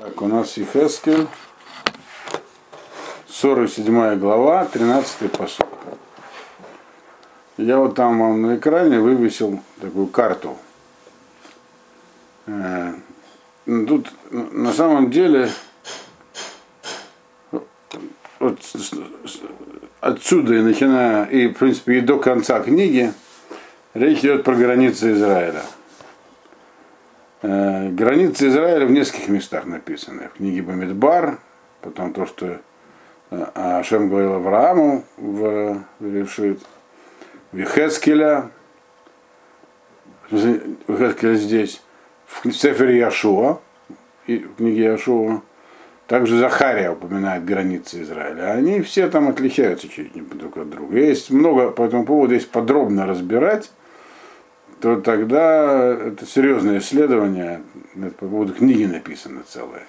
Так, у нас Йехескель, 47 глава, 13 пасук. Я вот там вам на экране вывесил такую карту. Тут на самом деле вот отсюда и начиная, и в принципе и до конца книги речь идет про границы Израиля. Границы Израиля в нескольких местах написаны. В книге Бамидбар, потом то, что Ашем говорил Аврааму в Решит, в Йехескеля здесь, в Сефере Яшуа, и в книге Яшуа, также Захария упоминает границы Израиля. Они все там отличаются чуть-чуть друг от друга. Есть много по этому поводу, если подробно разбирать, то тогда это серьезное исследование, по поводу книги написано целое.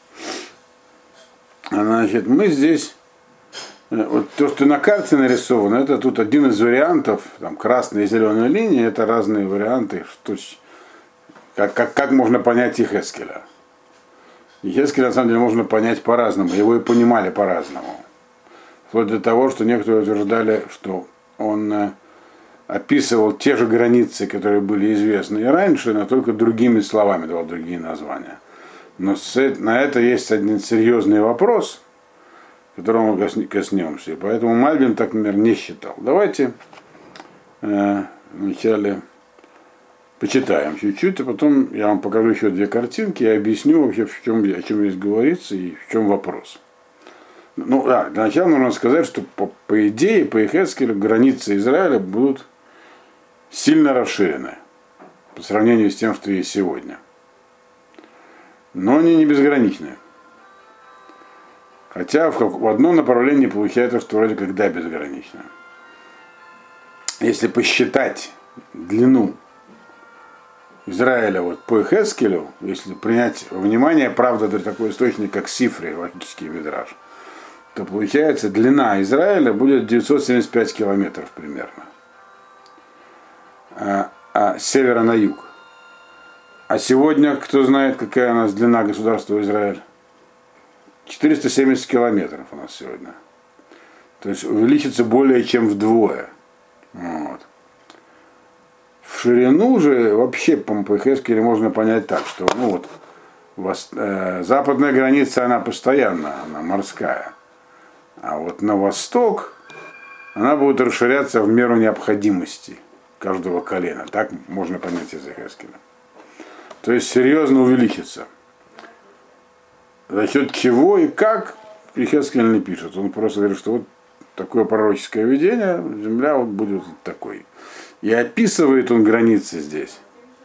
Значит, мы здесь, вот то, что на карте нарисовано, это тут один из вариантов, там красная и зеленая линия, это разные варианты, что, как можно понять Йехескеля. Йехескеля на самом деле можно понять по-разному, его и понимали по-разному. Вплоть до того, что некоторые утверждали, что он описывал те же границы, которые были известны и раньше, но только другими словами давал другие названия. Но на это есть один серьезный вопрос, которого мы коснемся. И поэтому Мальбим так, например, не считал. Давайте вначале почитаем чуть-чуть, а потом я вам покажу еще две картинки и объясню вообще, о чем здесь говорится и в чем вопрос. Ну да, для начала нужно сказать, что по идее, по Йехескелю границы Израиля будут сильно расширены по сравнению с тем, что есть сегодня. Но они не безграничны. Хотя в одном направлении получается, что вроде как да, безгранично. Если посчитать длину Израиля вот по Йехескелю, если принять во внимание, правда, такой источник, как Сифри, логический мидраш, то получается длина Израиля будет 975 километров примерно. С севера на юг. А сегодня, кто знает, какая у нас длина государства Израиль? 470 километров у нас сегодня. То есть увеличится более чем вдвое. Вот. В ширину же вообще по Йехескелю можно понять так, что ну вот, западная граница, она постоянно, она морская. А вот на восток она будет расширяться в меру необходимости каждого колена. Так можно понять из Йехескеля. То есть серьезно увеличится. За счет чего и как Йехескель не пишет. Он просто говорит, что вот такое пророческое видение, земля вот будет такой. И описывает он границы здесь.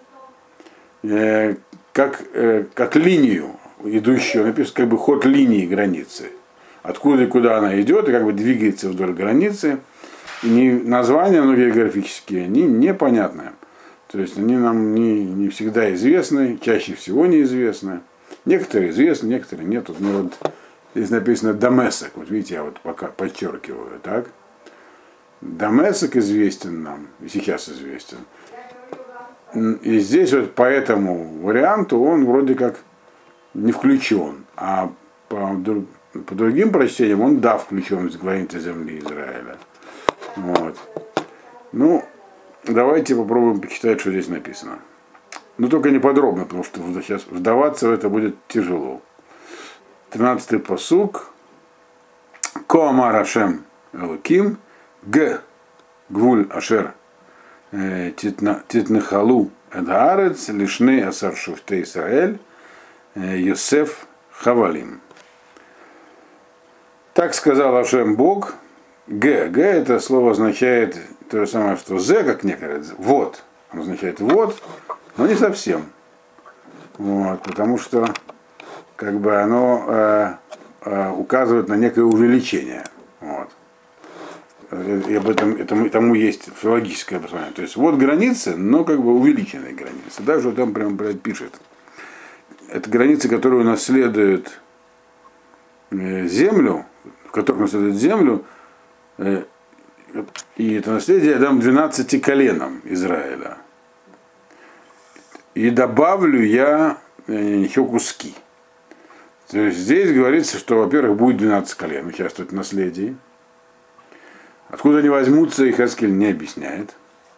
Как линию идущую. Он описывает как бы ход линии границы. Откуда и куда она идет, и как бы двигается вдоль границы. И названия многие географические, они непонятные. То есть они нам не всегда известны, чаще всего неизвестны. Некоторые известны, некоторые нет. Тут вот, здесь написано Дамесек. Вот видите, я вот пока подчеркиваю, так? Дамесек известен нам, и сейчас известен. И здесь вот по этому варианту он вроде как не включен. А по другим прочтениям он да включен в границы земли Израиля. Вот. Ну, давайте попробуем почитать, что здесь написано. Но только не подробно, потому что сейчас вдаваться в это будет тяжело. 13-й пасук. Коамар Ашем Элоким Г. Гвуль Ашер Титнахалу Эдаарец Лишны Асар Шуфте Исраэль Йосеф Хавалим. Так сказал Ашем Бог. Г. Г это слово означает то же самое, что З, как некоторые. Вот. Оно означает вот, но не совсем. Вот, потому что как бы оно указывает на некое увеличение. Вот. И об этом тому есть филологическое обоснование. То есть вот границы, но как бы увеличенные границы. Даже там прямо пишет. Это границы, которые наследуют землю, в которых наследует землю. И это наследие я дам 12 коленам Израиля. И добавлю я еще куски. То есть здесь говорится, что, во-первых, будет 12 колен участвовать в наследии. Откуда они возьмутся, Йехескель не объясняет.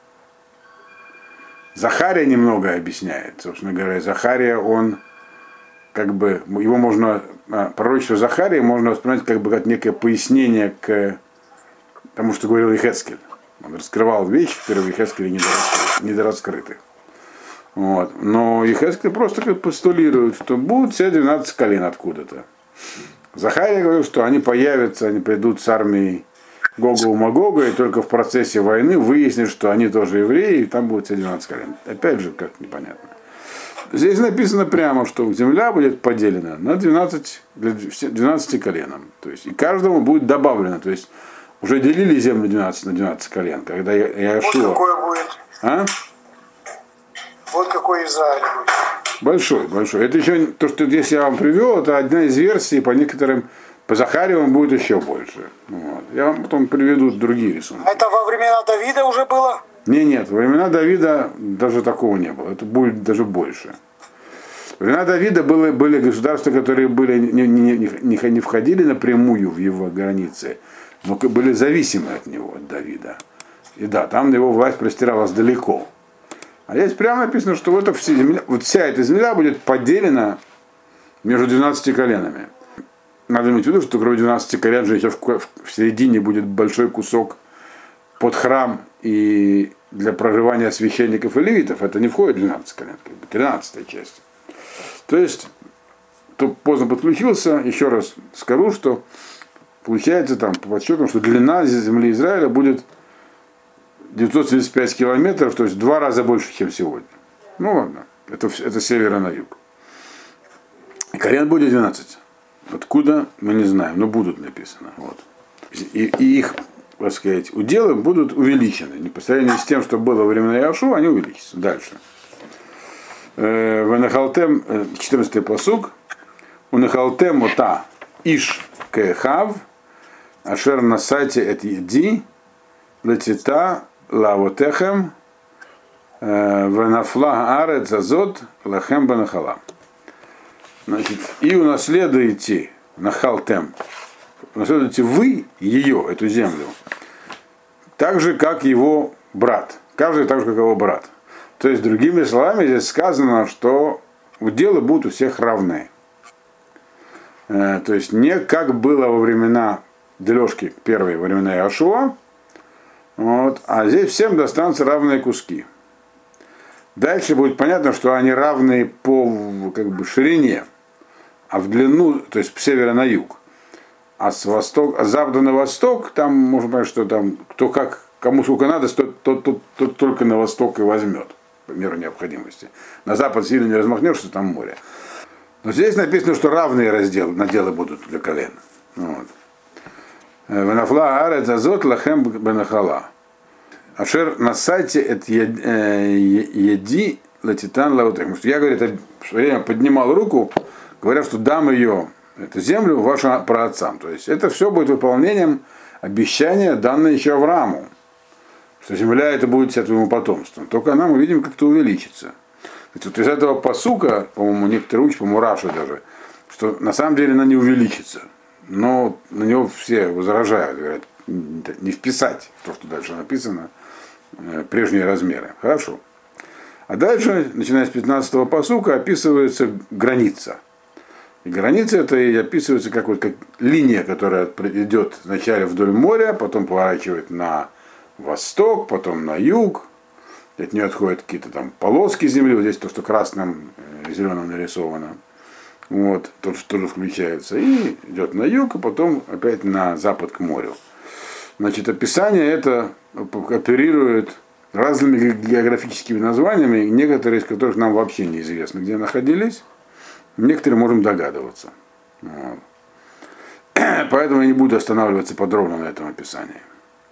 Захария немного объясняет. Собственно говоря, Захария, он как бы, его можно, пророчество Захарии можно воспринимать как бы как некое пояснение к тому, что говорил Йехескель. Он раскрывал вещи, которые в Йехескеле недораскрыты. Вот. Но Йехескель просто как постулирует, что будут все 12 колен откуда-то. Захария говорил, что они появятся, они придут с армией Гога и Магога, и только в процессе войны выяснят, что они тоже евреи, и там будет все 12 колен. Опять же, как непонятно. Здесь написано прямо, что земля будет поделена на 12 коленам. То есть, и каждому будет добавлено. То есть уже делили землю 12 на 12 колен. Когда Иошуа... Вот какой будет. А? Вот какой Израиль будет. Большой, большой. Это еще то, что здесь я вам привел, это одна из версий, по некоторым, по Захарию он будет еще больше. Вот. Я вам потом приведу другие рисунки. Это во времена Давида уже было? Нет, во времена Давида даже такого не было. Это будет даже больше. Во времена Давида были государства, которые не входили напрямую в его границы, но были зависимы от него, от Давида. И да, там его власть простиралась далеко. А здесь прямо написано, что вот вся эта земля будет поделена между 12 коленами. Надо иметь в виду, что кроме 12 колен же еще в середине будет большой кусок под храм и для проживания священников и левитов. Это не входит в 12 колен, как бы 13-я часть. То есть, кто поздно подключился, еще раз скажу, что получается там по подсчетам, что длина земли Израиля будет 975 километров, то есть в 2 раза больше, чем сегодня. Ну ладно, это с севера на юг. И колен будет 12. Откуда, мы не знаем, но будут написано. Вот. И их, так сказать, уделы будут увеличены. По сравнению с тем, что было во времена Иошуа, они увеличатся. Дальше. Венахалтем, 14-й пасук. Унахалтем ота иш кехав, ашер на сайте эт еди, летита лавотехем, венафла арет азот лахем бенахала. Значит, и унаследуете нахалтем, унаследуете вы ее, эту землю, так же, как его брат. Каждый так же, как его брат. То есть, другими словами, здесь сказано, что уделы будут у всех равны. То есть, не как было во времена дележки первой, во времена Иошуа, вот, а здесь всем достанутся равные куски. Дальше будет понятно, что они равны по как бы, ширине, а в длину, то есть с севера на юг. А с запада на восток, там можно понять, что там кто как, кому сколько надо, тот только на восток и возьмет, по меру необходимости. На запад сильно не размахнешься, там море. Но здесь написано, что равные наделы будут для колен. Вот. Венафла арет азот лахем бенахала. Ашер на сайте это еди латитан лаутек. Я, говорит, в свое время поднимал руку, говоря, что дам ее, эту землю, вашим праотцам. То есть это все будет выполнением обещания, данное еще Аврааму, что земля это будет вся твоему потомству. Только она, мы видим, как-то увеличится. Вот из этого пасука, по-моему, некоторые учат, по-моему, Раши даже, что на самом деле она не увеличится. Но на него все возражают, говорят, не вписать в то, что дальше написано, прежние размеры. Хорошо. А дальше, начиная с 15-го пасука, описывается граница. И граница это и описывается как линия, которая идет вначале вдоль моря, потом поворачивает на восток, потом на юг. От нее отходят какие-то там полоски земли, вот здесь то, что красным и зеленым нарисовано. Вот, то, что тоже включается. И идет на юг, а потом опять на запад к морю. Значит, описание это оперирует разными географическими названиями, некоторые из которых нам вообще неизвестно, где находились. Некоторые можем догадываться. Вот. Поэтому я не буду останавливаться подробно на этом описании.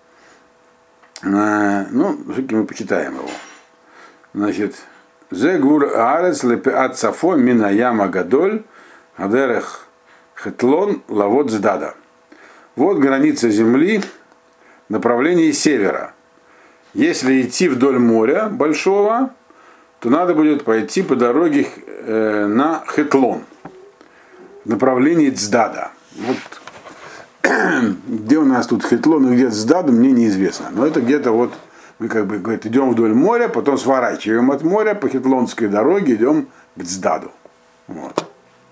Ну, все-таки мы почитаем его. Значит, Зе гур аарец лепеат сафо мина яма гадоль адерех хетлон лавот сдада. Вот граница земли в направлении севера. Если идти вдоль моря большого, то надо будет пойти по дороге на Хетлон. в направлении Цдада. Вот где у нас тут Хетлон и где Цдад, мне неизвестно. Но это где-то вот мы как бы говорит, идем вдоль моря, потом сворачиваем от моря по Хетлонской дороге, идем к Цдаду. Вот.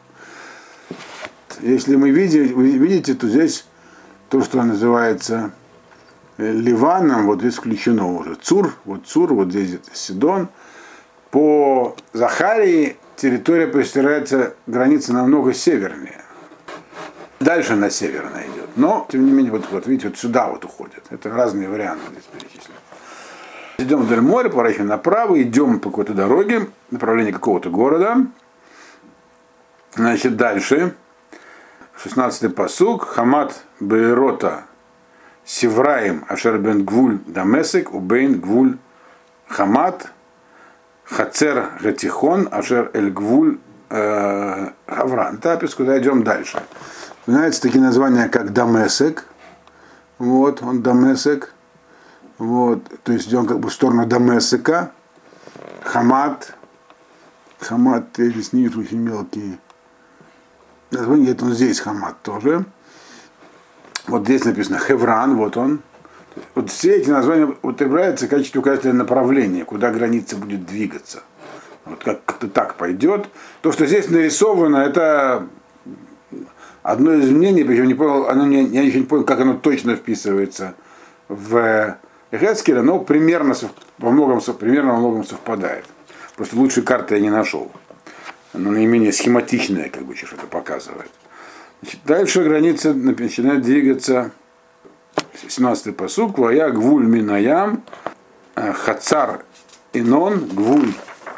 Если вы видите, то здесь то, что называется Ливаном, вот здесь включено уже Цур, вот здесь это Сидон. По Захарии территория простирается, граница намного севернее. Дальше на северно идет. Но, тем не менее, вот видите, вот сюда вот уходят. Это разные варианты здесь перечислены. Идем вдоль моря, поворачиваем направо, идем по какой-то дороге, направлении какого-то города. Значит, дальше. 16-й пасук. Хамат Бейрота Севраим Ашер бен Гвуль Дамесек Убейн Гвуль Хамат Хацер Гатихон Ашер Эль Гвуль Хавран. Тапис, куда идем дальше. Знаете, такие названия, как Дамесек. Вот, он Дамесек. Вот, то есть идем как бы в сторону Дамесека. Хамат. Хамат, здесь снизу очень мелкие. Название, это он здесь Хамат тоже. Вот здесь написано Хевран, вот он. Вот все эти названия употребляются в качестве указателя направления, куда граница будет двигаться. Вот как-то так пойдет. То, что здесь нарисовано, это одно из мнений, причем не понял, я еще не понял, как оно точно вписывается в Эхескеля, но примерно во многом совпадает. Просто лучшей карты я не нашел. Оно наименее схематичное, как бы что-то показывает. Значит, дальше граница начинает двигаться. 17-й пасук. Вая гвуль минаям хацар инон гвуль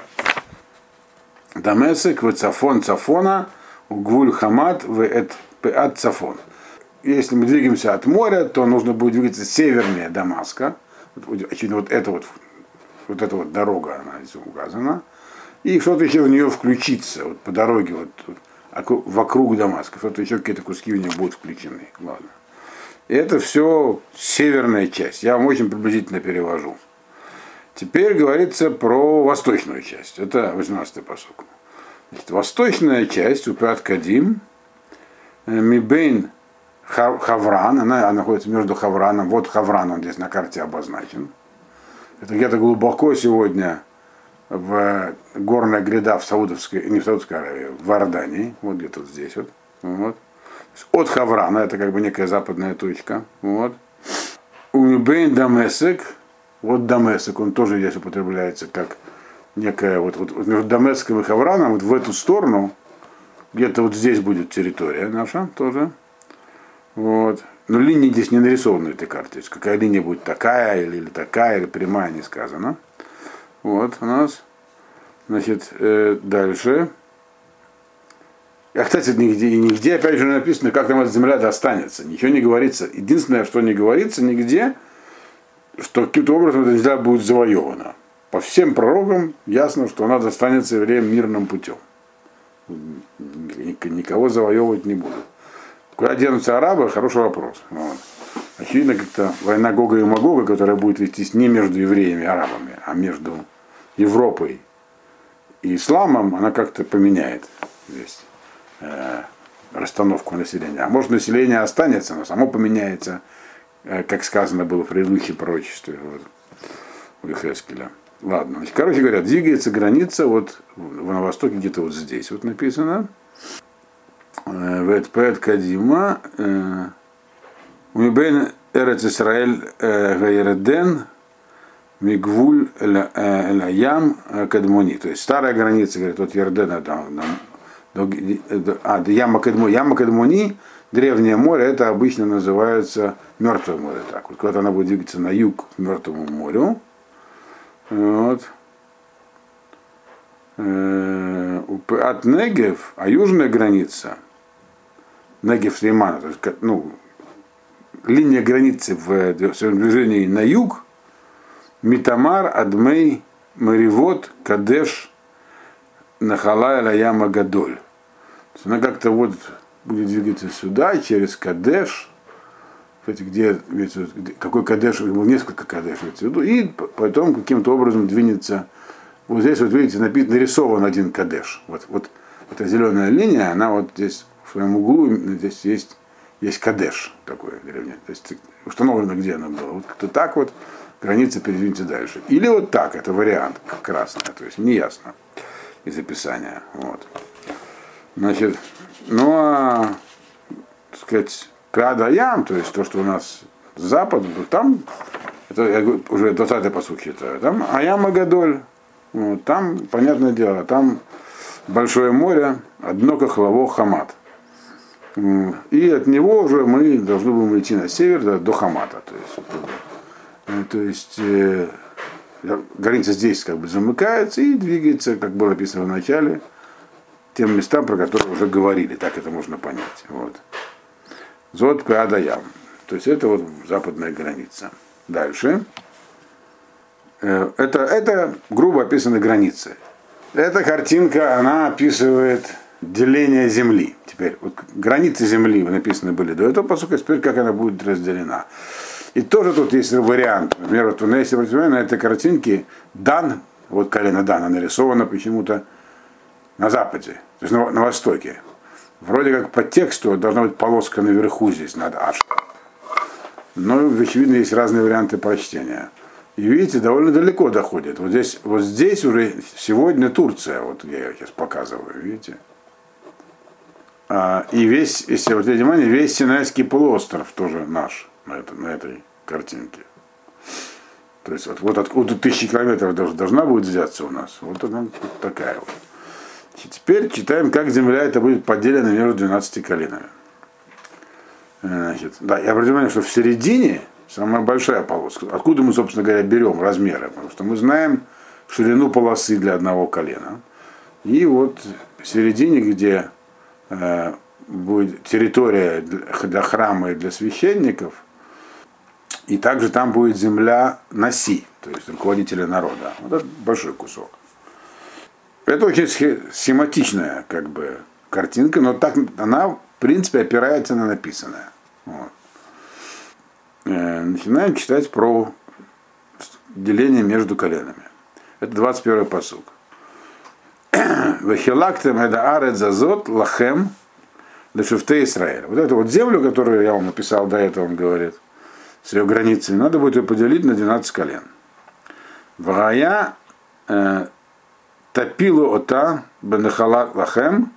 дамесек вецафон цафона гвуль хамат веэт цафон. Если мы двигаемся от моря, то нужно будет двигаться севернее Дамаска. Очевидно, вот эта вот дорога, она здесь указана. И что-то еще в нее включится, вот по дороге, вокруг Дамаска. Что-то еще, какие-то куски в нее будут включены. Ладно. И это все северная часть. Я вам очень приблизительно перевожу. Теперь говорится про восточную часть. Это 18-й пасук. Восточная часть, Упят Кадим, Мибейн Хавран, она находится между Хавраном. Вот Хавран, он здесь на карте обозначен. Это где-то глубоко сегодня в горная гряда в Саудовской, не в Саудовской Аравии, в Иордании, вот где-то вот здесь вот. Вот. От Хаврана, это как бы некая западная точка. Вот. Умибейн Дамесек, вот Дамесек, он тоже здесь употребляется как некая, вот между Дамеском и Хавраном, вот в эту сторону, где-то вот здесь будет территория наша тоже. Вот. Но линии здесь не нарисованы на этой карте. То есть какая линия будет такая, или такая, или прямая, не сказано. Вот у нас. Значит, дальше. А, кстати, нигде опять же написано, как там эта земля достанется. Ничего не говорится. Единственное, что не говорится нигде, что каким-то образом эта земля будет завоевана. По всем пророкам ясно, что она достанется евреям мирным путем. Никого завоевывать не будут. Куда денутся арабы? Хороший вопрос. Вот. Очевидно, как-то война Гога и Магога, которая будет вестись не между евреями и арабами, а между Европой и исламом, она как-то поменяет здесь расстановку населения. А может, население останется, но само поменяется, как сказано было в предыдущем пророчестве у Эхескеля. Ладно, короче говоря, двигается граница вот на востоке, где-то вот здесь вот написано. Ветпэт Кадима Умибейн Эрец Исраэль Гайреден Мигвуль Ям Кадмони. То есть старая граница, говорит, от Ярдена до Яма Кадмони. Яма Кадмони, древнее море, это обычно называется Мертвое море. Так, вот когда она будет двигаться на юг к Мертвому морю. Вот. От Негев, а южная граница Негев Лимана, то есть, ну, линия границы в своем движении на юг, Митамар, Адмей, Маривот, Кадеш, Нахалай, Лаяма, Гадоль. Она как-то вот будет двигаться сюда, через Кадеш, где какой Кадеш, несколько Кадеш, и потом каким-то образом двинется. Вот здесь, вот видите, нарисован один Кадеш. Вот эта зеленая линия, она вот здесь в своем углу здесь есть Кадеш такое древнее. То есть установлено, где оно было. Вот так вот, граница передвиньте дальше. Или вот так, это вариант красный, то есть неясно из описания. Вот. Значит, ну а, так сказать, Пеадаям, то есть то, что у нас с запада, там, это я говорю, уже 20-й посуд читаю, там Аям Агадоль, вот, там, понятное дело, там большое море, одно Кахлаво Хамат. И от него уже мы должны будем идти на север до Хамата. То есть граница здесь как бы замыкается и двигается, как было написано в начале, тем местам, про которые уже говорили. Так это можно понять. Вот. Зод Пеадаям. То есть это вот западная граница. Дальше. Это грубо описаны границы. Эта картинка, она описывает деление земли. Теперь, вот границы земли написаны были до этого посука, теперь как она будет разделена. И тоже тут есть вариант. Например, вот если обратить внимание на этой картинке, Дан, вот колено Дана нарисовано почему-то на западе, то есть на востоке. Вроде как по тексту должна быть полоска наверху здесь, над Аш. Но, очевидно, есть разные варианты прочтения. И видите, довольно далеко доходит. Вот здесь уже сегодня Турция, вот я ее сейчас показываю, видите. И весь, если обратите внимание, весь Синайский полуостров тоже наш на этой картинке. То есть вот откуда 1000 километров должна будет взяться у нас. Вот она вот такая вот. Теперь читаем, как земля это будет поделена между 12 коленами. Значит, да, я обратил внимание, что в середине самая большая полоска. Откуда мы, собственно говоря, берем размеры? Потому что мы знаем ширину полосы для одного колена. И вот в середине, где будет территория для храма и для священников, и также там будет земля Наси, то есть руководителя народа. Вот это большой кусок. Это очень схематичная как бы картинка, но так она в принципе опирается на написанное. Вот. Начинаем читать про деление между коленами. Это 21-й пасук. Вахилактем эда арет зазот лахем лешифте Исраэль. Вот эту вот землю, которую я вам написал до этого, он говорит, с ее границами, надо будет ее поделить на 12 колен. Варая тапилу ота бенехалат лахем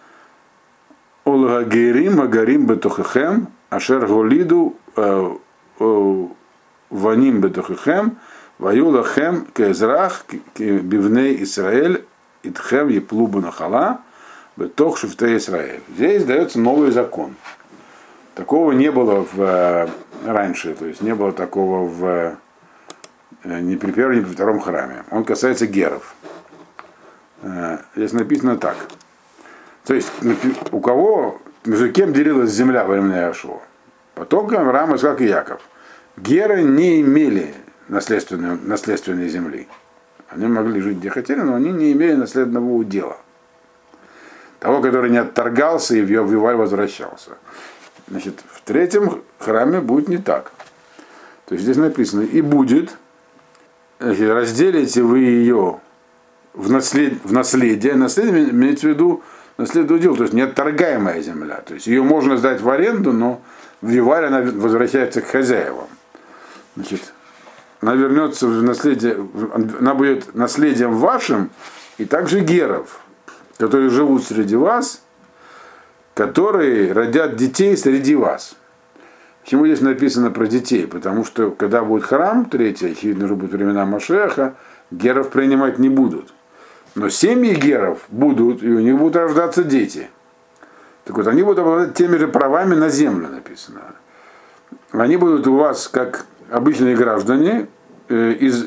улгагерим агарим бетохехем ашер голиду ваним бетохехем ваю лахем кезрах бивней Исраэль итхем еплубу нахала бетох шифте Исраэль. Здесь дается новый закон. Такого не было раньше, то есть не было такого ни при первом, ни при втором храме. Он касается геров. Здесь написано так. То есть у кого, между кем делилась земля во времена Иошуа? Потомкам Авраама, Исаака и Яков. Геры не имели наследственной земли. Они могли жить где хотели, но они не имели наследного удела. Того, который не отторгался и в Юваль возвращался. Значит, в третьем храме будет не так. То есть здесь написано, и будет, значит, разделите вы ее в наследие. Наследие имеется в виду наследное удел, то есть неотторгаемая земля. То есть ее можно сдать в аренду, но в Юваль она возвращается к хозяевам. Значит, она вернется в наследие, она будет наследием вашим и также геров, которые живут среди вас, которые родят детей среди вас. Почему здесь написано про детей? Потому что когда будет храм третий, очевидно, уже будут времена Машеха, геров принимать не будут. Но семьи геров будут, и у них будут рождаться дети. Так вот, они будут обладать теми же правами на землю, написано. Они будут у вас как обычные граждане из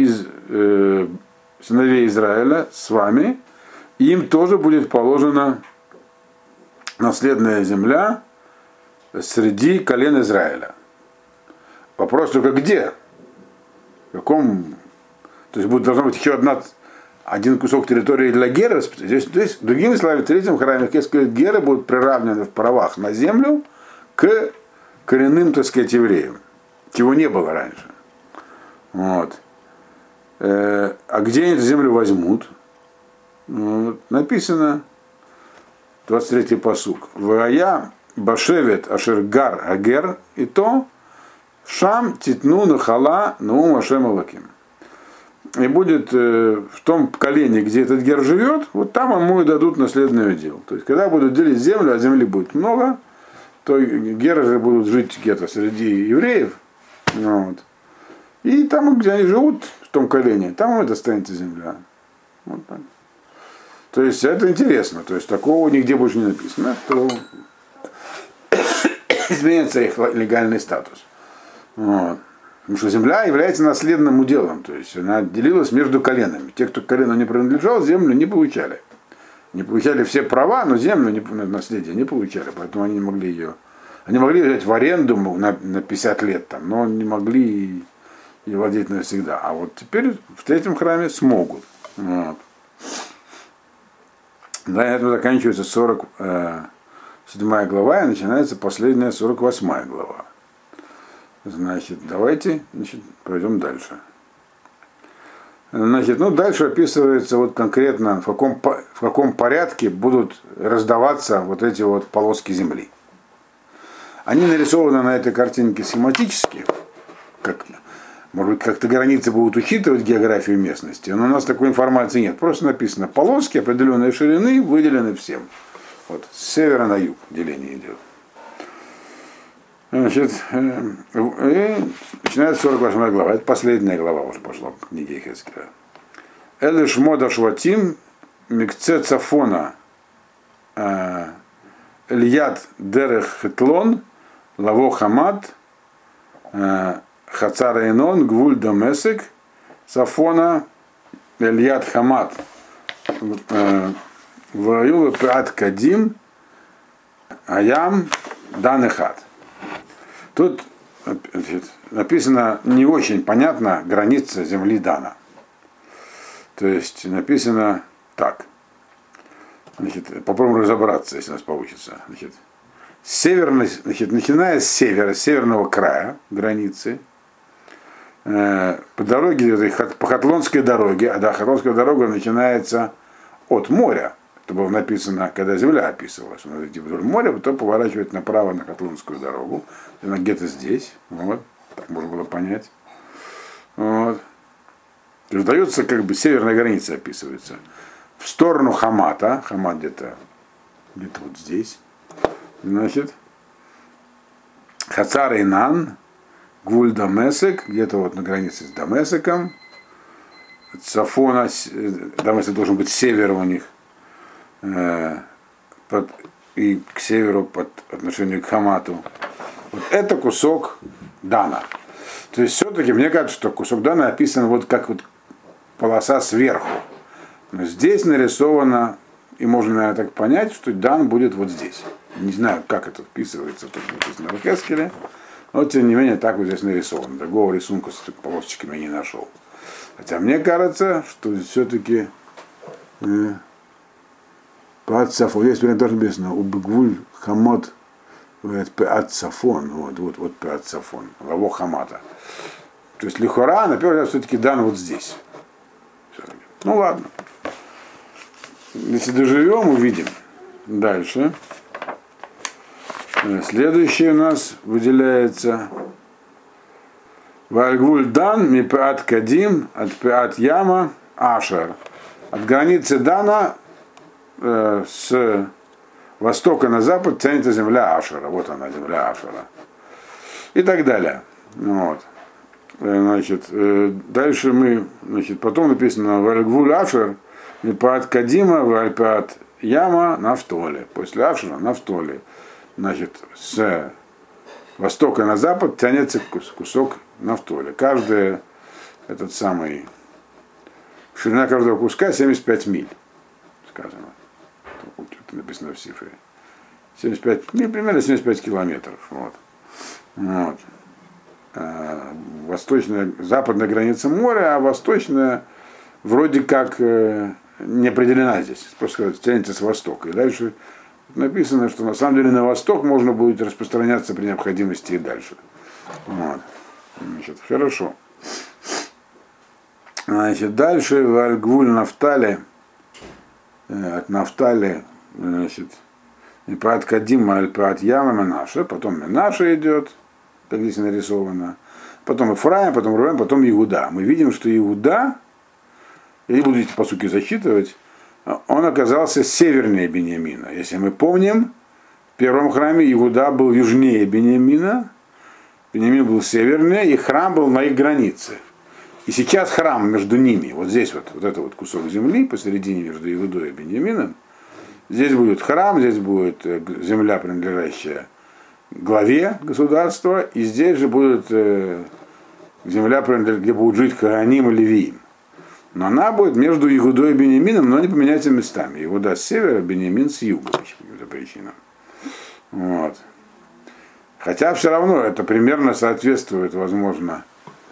сыновей Израиля с вами, и им тоже будет положена наследная земля среди колен Израиля. Вопрос только где? В каком? То есть должна быть еще один кусок территории для геров. Здесь, другими словами, в третьем храме, как сказать, геры будут приравнены в правах на землю к коренным, так сказать, евреям, чего не было раньше. Вот. А где они эту землю возьмут? Вот. Написано, 23-й пасук. Вая башевет ашергар агер, и то шам титну нахала наум ашем алаким. И будет в том поколении, где этот гер живет, вот там ему и дадут наследный удел. То есть, когда будут делить землю, а земли будет много, то геры же будут жить где-то среди евреев. Вот. И там, где они живут, в том колене, там им это останется земля. Вот так. То есть это интересно. То есть такого нигде больше не написано, что изменится их легальный статус. Вот. Потому что земля является наследным уделом. То есть она делилась между коленами. Те, кто к колену не принадлежал, землю не получали. Не получали все права, но землю наследие не получали. Поэтому они не могли ее. Они могли взять в аренду на 50 лет, там, но не могли и владеть навсегда. А вот теперь в третьем храме смогут. Вот. На этом заканчивается 47 глава и начинается последняя 48 глава. Значит, давайте пройдем дальше. Значит, дальше описывается вот конкретно, в каком порядке будут раздаваться вот эти вот полоски земли. Они нарисованы на этой картинке схематически, может быть, как-то границы будут учитывать географию местности, но у нас такой информации нет. Просто написано, полоски определенной ширины выделены всем. Вот, с севера на юг деление идет. Значит, начинается 48 глава. Это последняя глава уже пошла в книге Йехескеля. Элиш мода шватим микце цафона Ильяд дерех хетлон лаво хамат Хацара Инон, Гвуль Дамесек, Сафона, Ильяд Хамат, Ваюва Пиат Кадим, Аям, Данехат. Тут написано не очень понятно граница земли Дана. То есть написано так. Значит, попробуем разобраться, если у нас получится. Значит, начиная с севера, с северного края границы, по дороге, по Хатлонской дороге, Хатлонская дорога начинается от моря. Это было написано, когда земля описывалась. Надо идти вдоль моря, потом поворачивать направо на Хатлонскую дорогу. Она где-то здесь. Вот. Так можно было понять. Вот. То есть дается северная граница описывается. В сторону Хамата. Хамат где-то вот здесь. Значит, Хацар Инан, Гвуль Дамесек, где-то вот на границе с Дамесеком. Сафона, Дамесек должен быть с севера у них, и к северу по отношению к Хамату. Вот это кусок Дана. То есть все-таки мне кажется, что кусок Дана описан вот как вот полоса сверху. Но здесь нарисовано, и можно, наверное, так понять, что Дан будет вот здесь. Не знаю, как это вписывается в Йехескеле, но тем не менее так вот здесь нарисовано. Другого рисунка с полосочками я не нашел. Хотя мне кажется, что все-таки Паат Сафон, здесь тоже написано, Убгвуль Хамот Паат Сафон, вот Паат Сафон, Лаво Хамата. То есть лихора, на первый взгляд, все-таки Дан вот здесь. Ну ладно. Если доживем, увидим. Дальше. Следующий у нас выделяется Вальгвуль Дан, Мипаат Кадим, от Пиат Яма, Ашер. От границы Дана с востока на запад тянется земля Ашера. Вот она, земля Ашера. И так далее. Вот. Значит, дальше потом написано Вальгвуль Ашер, Мипаат Кадима, Вальпиат Яма, Нафтоли. После Ашера Нафтоли. Значит, с востока на запад тянется кусок Нафтоли. Ширина каждого куска 75 миль, сказано. Это написано в цифре. 75 миль, примерно 75 километров. Вот. Западная граница моря, а восточная вроде как не определена здесь. Просто тянется с востока. И дальше написано, что на самом деле на восток можно будет распространяться при необходимости и дальше. Вот. Значит, хорошо. Значит, дальше Вальгвуль Нафтали, от Нафтали, значит, И Паат Кадима аль Паат Яма Менаше, потом Менаше идет, как здесь нарисовано, потом Ифраим, потом Рувен, потом Иуда. Мы видим, что Иуда, я не буду эти посуки засчитывать, он оказался севернее Беньямина. Если мы помним, в первом храме Иуда был южнее Беньямина, Беньямин был севернее, и храм был на их границе. И сейчас храм между ними, вот здесь вот это вот кусок земли посередине между Иудой и Беньямином, здесь будет храм, здесь будет земля, принадлежащая главе государства, и здесь же будет земля, где будут жить Коганим и Левиим. Но она будет между Иудой и Беньямином, но не поменяется местами. Иуда с севера, Беньямин с юга по каким-то причинам. Вот. Хотя все равно это примерно соответствует, возможно,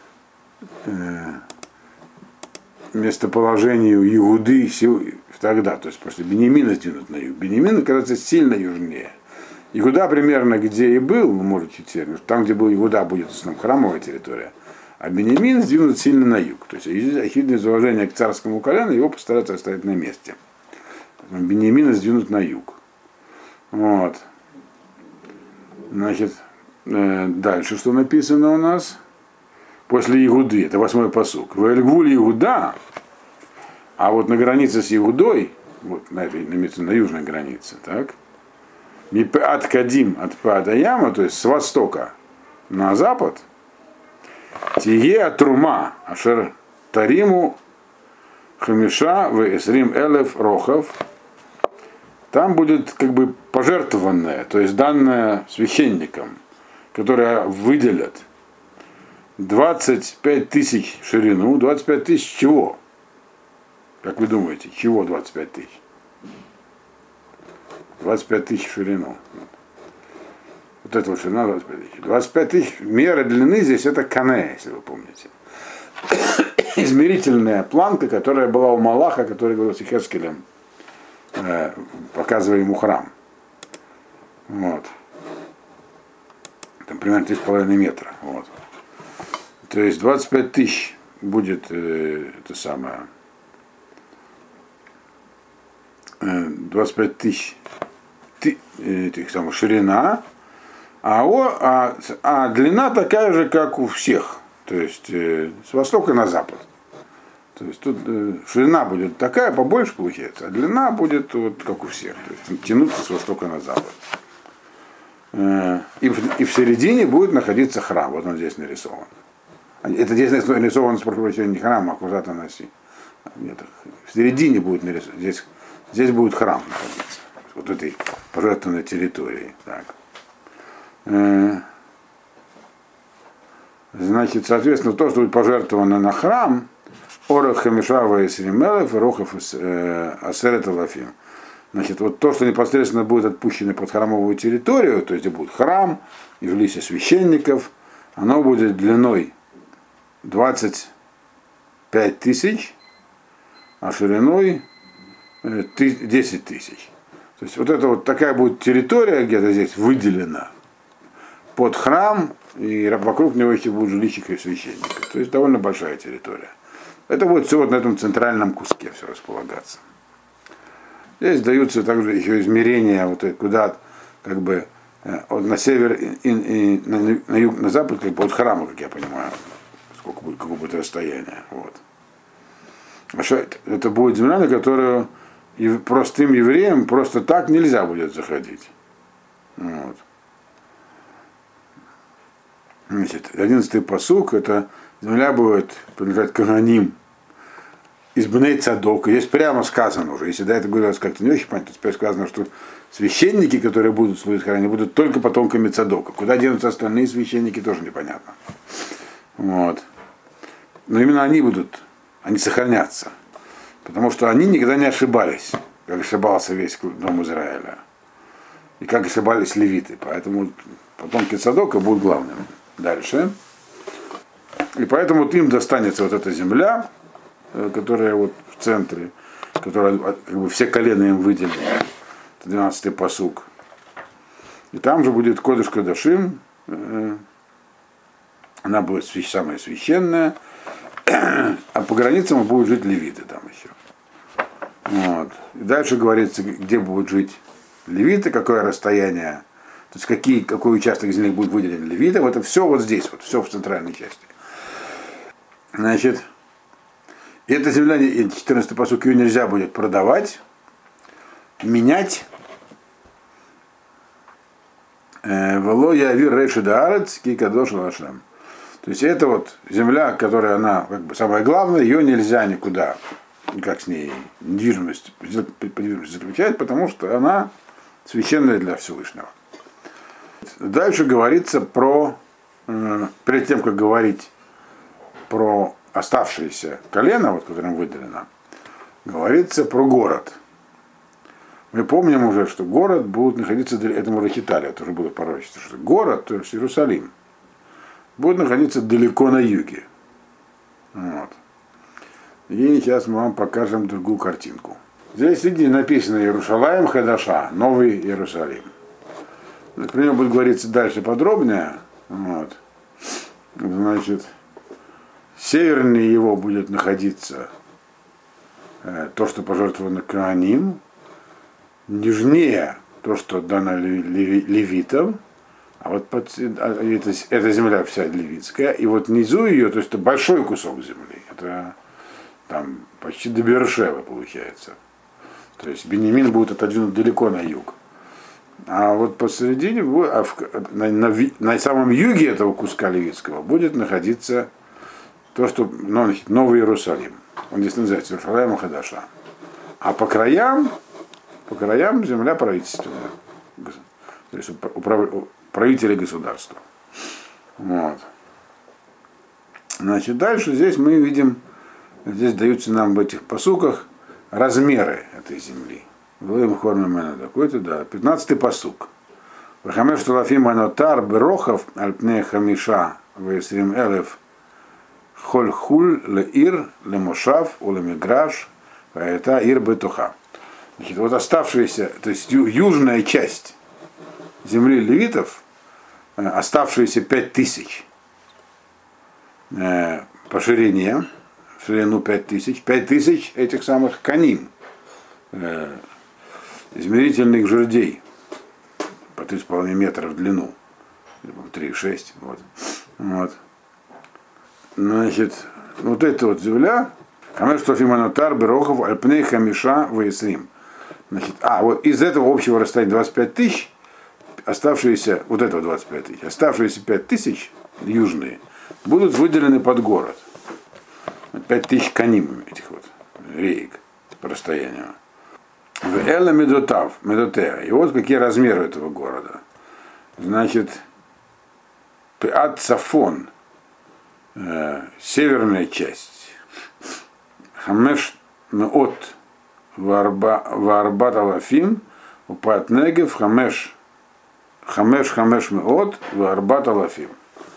местоположению Иуды тогда. То есть после Беньямина сдвинут на юг. Беньямин, кажется, сильно южнее. Иуда примерно где и был, вы можете теперь, там, где был Иуда, будет в основном храмовая территория. А Беньямин сдвинут сильно на юг. То есть очевидно из уважения к царскому колену его постараются оставить на месте. Беньямина сдвинут на юг. Вот. Значит, дальше что написано у нас? После Иуды, это 8-й пасук. В Эльгвуле Иуда, а вот на границе с Иудой, вот на южной границе, так? От Кадим, от Паадаяма, то есть с востока на запад, Тие Трума, Ашер Тариму, Хамиша, Весрим Элев Рохов. Там будет как бы пожертвованное, то есть данное священникам, которые выделят 25 тысяч в ширину. 25 тысяч чего? Как вы думаете, чего 25 тысяч? 25 тысяч в ширину. Вот это вот ширина 25 тысяч. 25 тысяч мера длины здесь это кане, если вы помните. Измерительная планка, которая была у Малаха, который говорил с Хескелем, показывая ему храм. Вот. Там примерно 3,5 метра. Вот. То есть 25 тысяч будет это самое. 25 тысяч этих самых ширина, а длина такая же, как у всех. То есть с востока на запад. То есть тут ширина будет такая, побольше получается, а длина будет вот как у всех. То есть тянуться с востока на запад. И в середине будет находиться храм. Вот он здесь нарисован. Это здесь нарисован, прошу не храм, а кузата носи. Нет, в середине будет нарисован. Здесь будет храм находиться. Вот этой пожертвованной территории. Так. Значит, соответственно, то, что будет пожертвовано на храм, Орах Хамишава и Сримелев, и Рохов Асерет Алафим. Значит, вот то, что непосредственно будет отпущено под храмовую территорию, то есть где будет храм и жилище священников, оно будет длиной 25 тысяч, а шириной 10 тысяч. То есть вот это вот такая будет территория где-то здесь выделена под храм, и вокруг него еще будут жилища священников. То есть довольно большая территория. Это будет все вот на этом центральном куске все располагаться. Здесь даются также еще измерения, вот куда как бы вот на север и на юг, на запад, как бы от храма, как я понимаю, какое будет расстояние. Вот. Это будет земля, на которую простым евреям просто так нельзя будет заходить. Вот. Значит, 11-й пасук, это земля будет принадлежать Коганим из Бней Цадока. Здесь прямо сказано уже, если до этого говорилось как-то не очень понятно, теперь сказано, что священники, которые будут служить в храме, будут только потомками Цадока. Куда денутся остальные священники, тоже непонятно. Вот. Но именно они сохранятся. Потому что они никогда не ошибались, как ошибался весь дом Израиля. И как ошибались левиты. Поэтому потомки Цадока будут главными. Дальше. И поэтому вот им достанется вот эта земля, которая вот в центре, которая как бы все колена им выделены. Это 12-й пасук. И там же будет Кодеш Кодашим. Она будет самая священная. А по границам будут жить левиты там еще. Вот. И дальше говорится, где будут жить левиты, какое расстояние, то есть какой участок земли будет выделен левитам, это все вот здесь, вот все в центральной части. Значит, эта земля, 14-й пасук, ее нельзя будет продавать, менять. Вело явир рейши даарец кикадош лашем. То есть это вот земля, которая она как бы самое главное, ее нельзя никуда, никак с ней недвижимость заключать, потому что она священная для Всевышнего. Дальше говорится про, перед тем, как говорить про оставшиеся колена, вот, которым выделено, говорится про город. Мы помним уже, что город будет находиться, это мы читали, это уже было пророчество, что город, то есть Иерусалим, будет находиться далеко на юге. Вот. И сейчас мы вам покажем другую картинку. Здесь видите, написано Иерушалаим Хадаша, Новый Иерусалим. Про него будет говориться дальше подробнее. Вот. Значит, севернее его будет находиться то, что пожертвовано Коаним, нижнее то, что дано левитам, а вот эта земля вся левитская, и вот внизу ее, то есть это большой кусок земли, это там почти до Бершевы получается. То есть Беньямин будет отодвинут далеко на юг. А вот посередине, на самом юге этого куска левитского будет находиться то, что Новый Иерусалим. Он здесь называется Иерушалаим Хадаша. А по краям земля правительственная. То есть правители государства. Вот. Значит, дальше здесь мы видим, здесь даются нам в этих пасуках размеры этой земли. Такой-то, да. 15-й пасук. Вахамеш Талафим Анотар Берохов Альпне Хамиша Весрим Элев Хольхуль Леир Лемошав Улемиграш это Ир Бетуха. Значит, вот оставшаяся, то есть южная часть земли левитов, оставшиеся 5000 по ширине, в ширину 5000 этих самых каним, измерительных жердей по 3,5 метра в длину, 3,6, вот. Значит, вот эта вот земля, Хамеш Тофиманотар, Берохов, Альпней, Хамиша, Ваесрим. Значит, вот из этого общего расстояния 25 тысяч, оставшиеся, вот этого 25 тысяч, оставшиеся 5 тысяч южные будут выделены под город. 5 тысяч каним этих вот реек по расстоянию. В Эла Медотеа. И вот какие размеры этого города. Значит, Пеат Сафон, северная часть. Хамеш Меот Варбат Алафим, Упат Негев, Хамеш Меот Варбат Алафим.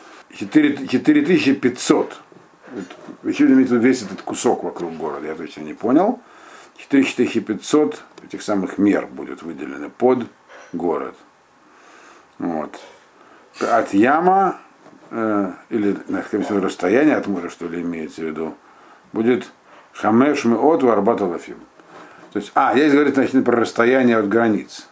4500. Еще имеется весь этот кусок вокруг города, я точно не понял. 4500 этих самых мер будет выделены под город. Вот. От яма, или на каком-то расстоянии от моря, что ли, имеется в виду, будет Хамеш Меот Варбат Алафим. То есть, здесь говорится, значит, про расстояние от границ.